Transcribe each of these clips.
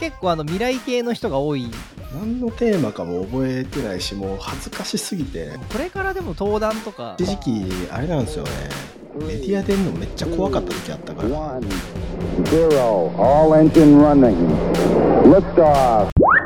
結構未来系の人が多い。 何のテーマかも覚えてないし、もう恥ずかしすぎて。 これからでも登壇とか一時期あれなんですよね、メディア出んのめっちゃ怖かった時あったから。 1, 0, all engine running. Lift off.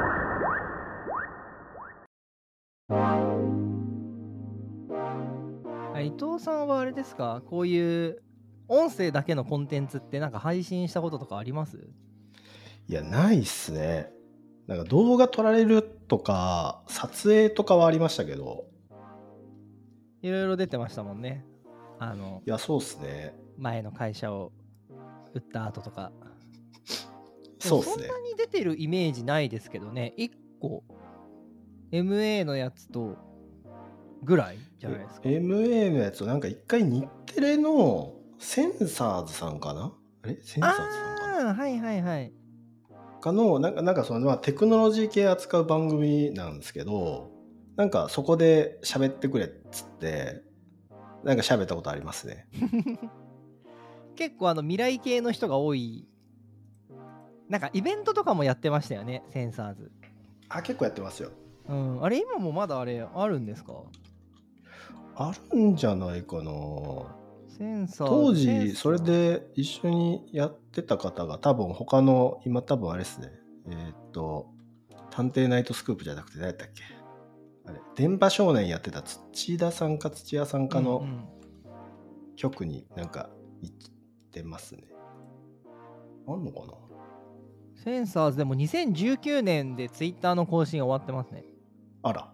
伊藤さんはあれですか、こういう音声だけのコンテンツってなんか配信したこととかあります？ いや、ないっすね。なんか動画撮られるとか撮影とかはありましたけど。 いろいろ出てましたもんね。 いや、そうっすね。 前の会社を売った後とか。 そうっすね。 そんなに出てるイメージないですけどね。1個 MA のやつとぐらいじゃないですか。 MA のやつをなんか一回日テレのセンサーズさんかな、センサーズさんかな、 はいはいはい。 なんかその、テクノロジー系扱う番組なんですけど、なんかそこで喋ってくれっつってなんか喋ったことありますね。 結構未来系の人が多い。なんかイベントとかもやってましたよね、センサーズ。 結構やってますよ。 あれ今もまだあれあるんですか？ あるんじゃないかな。 センサーズ当時それで一緒にやってた方が多分他の、今多分あれですね、探偵ナイトスクープじゃなくて何やったっけ、あれ電波少年やってた土田さんか土屋さんかの局になんか行ってますね。あんのかな。 センサーズでも2019年でツイッターの更新終わってますね。 あら、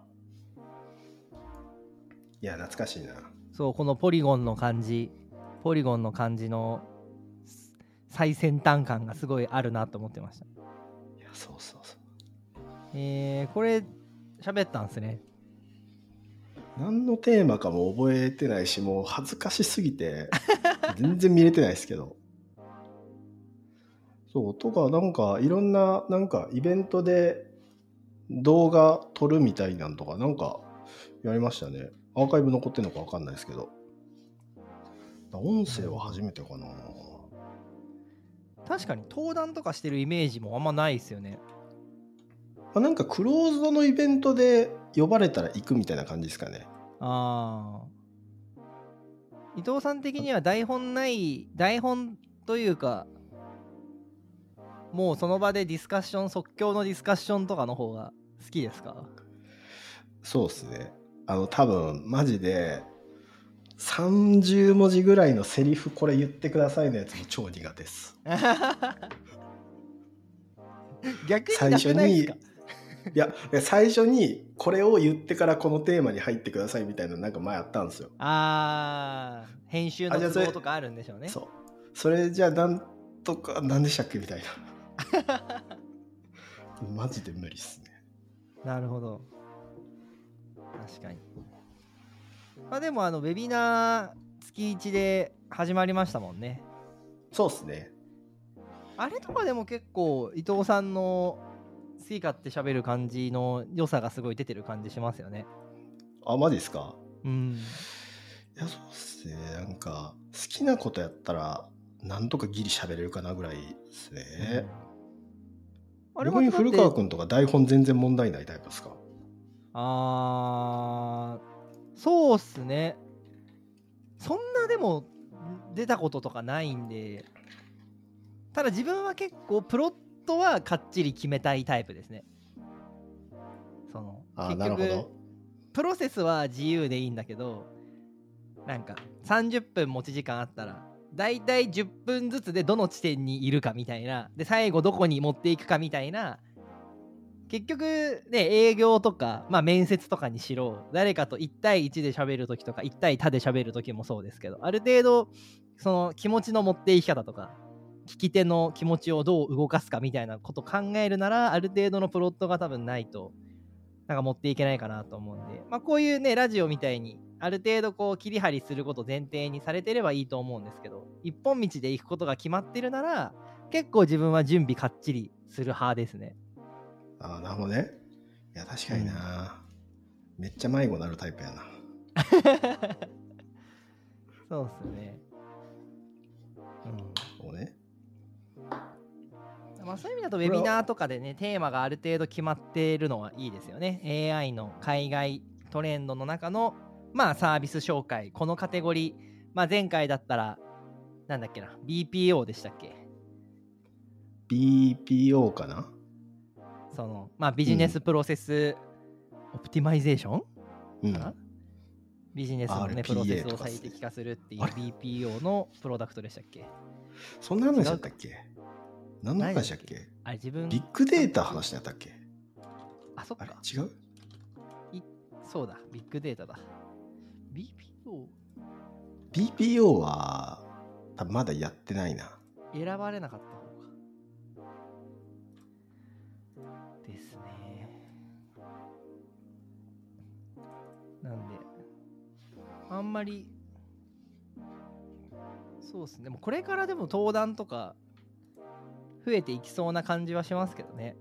いや懐かしいな。 そう、このポリゴンの感じの最先端感がすごいあるなと思ってました。いや、そうそうそう。 これ喋ったんですね。 何のテーマかも覚えてないし、もう恥ずかしすぎて全然見れてないですけどそうとか、なんかいろんななんかイベントで動画撮るみたいなんとかなんかやりましたね。アーカイブ残ってんのか分かんないですけど、音声は初めてかな。 確かに登壇とかしてるイメージもあんまないですよね。 なんかクローズドのイベントで呼ばれたら行くみたいな感じですかね。 伊藤さん的には台本というか、もうその場でディスカッション、即興のディスカッションとかの方が好きですか？ そうですね。多分マジで30文字ぐらいのセリフこれ言ってくださいのやつも超苦手です。 逆になくないですか？ いや、最初にこれを言ってからこのテーマに入ってくださいみたいななんか前あったんですよ。 編集の都合とかあるんでしょうね。 それじゃあなんとか何でしたっけみたいなマジで無理っすね。 なるほど、確かに。でもウェビナー月1で始まりましたもんね。 そうっすね。 あれとかでも結構伊藤さんの好き勝手喋る感じの良さがすごい出てる感じしますよね。 マジっすか？ いや、そうっすね。なんか好きなことやったらなんとかギリ喋れるかなぐらいですね。逆に古川くんとか台本全然問題ないタイプですか？ そうっすね。そんなでも出たこととかないんで、ただ自分は結構プロットはかっちり決めたいタイプですね。結局プロセスは自由でいいんだけど、なんか30分持ち時間あったらだいたい10分ずつでどの地点にいるかみたいな、で最後どこに持っていくかみたいな。結局ね、営業とか、面接とかにしろ、誰かと1対1で喋るときとか1対多で喋るときもそうですけど、ある程度その気持ちの持っていき方とか聞き手の気持ちをどう動かすかみたいなこと考えるなら、ある程度のプロットが多分ないとなんか持っていけないかなと思うんで、こういうねラジオみたいにある程度こう切り張りすること前提にされてればいいと思うんですけど、一本道で行くことが決まってるなら結構自分は準備かっちりする派ですね。 なるほどね。いや確かにな、めっちゃ迷子なるタイプやなそうっすね。 そうね。 まあ、そういう意味だとウェビナーとかでねテーマがある程度決まっているのはいいですよね。 AI の海外トレンドの中のまあサービス紹介、このカテゴリー、まあ、前回だったらなんだっけな BPO でしたっけ。 BPO かな。 そのまあビジネスプロセスオプティマイゼーションかな、ビジネスのね RPA プロセスをとかですね最適化するっていう BPO のプロダクトでしたっけ。 そんな話だったっけ。何の話だっけ。 あれ自分ビッグデータ話だったっけ。 あ、そっか。 あれ違う。 そうだ、ビッグデータだ。 BPO は多分まだやってないな。 選ばれなかった方かですね。なんであんまりそうですね。もうこれからでも登壇とか増えていきそうな感じはしますけどね。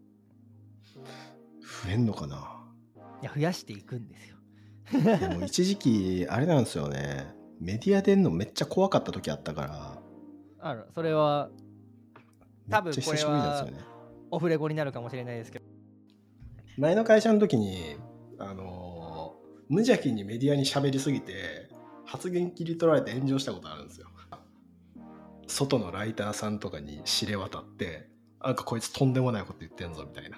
増えんのかな。 いや増やしていくんですよ。 でも一時期あれなんですよね。メディア出んのめっちゃ怖かった時あったから。 ある、それは多分これはね、 オフレコになるかもしれないですけど、 前の会社の時に無邪気にメディアに喋りすぎて発言切り取られて炎上したことあるんですよ。外のライターさんとかに知れ渡って、なんかこいつとんでもないこと言ってんぞみたいな。い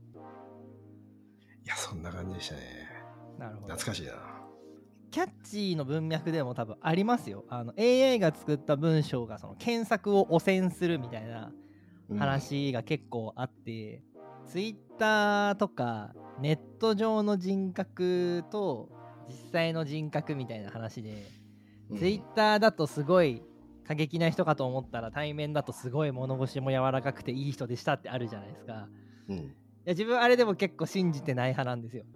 やそんな感じでしたね。 なるほど。 懐かしいな。 キャッチーの文脈でも多分ありますよ。AI が作った文章がその検索を汚染するみたいな話が結構あって、Twitter とかネット上の人格と実際の人格みたいな話で、Twitter だとすごい過激な人かと思ったら対面だとすごい物腰も柔らかくていい人でしたってあるじゃないですか。いや自分あれでも結構信じてない派なんですよ。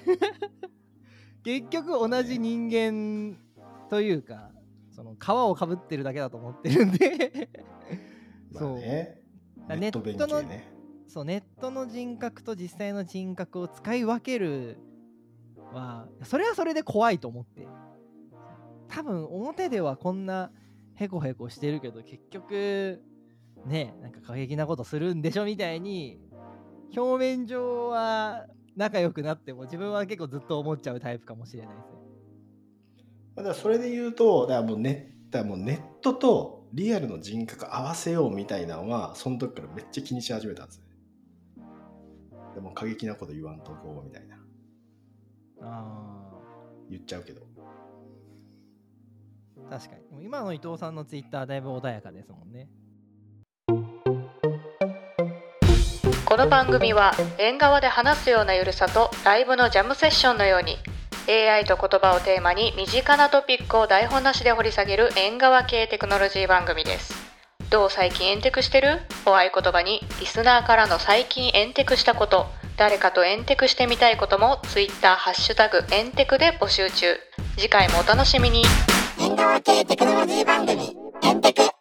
結局同じ人間というかその皮をかぶってるだけだと思ってるんでそうね、 ネットのそうネットの人格と実際の人格を使い分けるはそれはそれで怖いと思って、多分表ではこんなヘコヘコしてるけど結局ねなんか過激なことするんでしょみたいに表面上は仲良くなっても自分は結構ずっと思っちゃうタイプかもしれないですね。 だからそれで言うとだからもうネットとリアルの人格合わせようみたいなのはその時からめっちゃ気にし始めたんですよ。でも過激なこと言わんとこうみたいな。言っちゃうけど。 確かに。でも今の伊藤さんのツイッターだいぶ穏やかですもんね。 この番組は縁側で話すようなゆるさとライブのジャムセッションのように AI と言葉をテーマに身近なトピックを台本なしで掘り下げる縁側系テクノロジー番組です。どう最近エンテクしてる？を合言葉にリスナーからの最近エンテクしたこと、誰かとエンテクしてみたいことも Twitter ハッシュタグエンテクで募集中。次回もお楽しみに。 縁側系テクノロジー番組エンテク。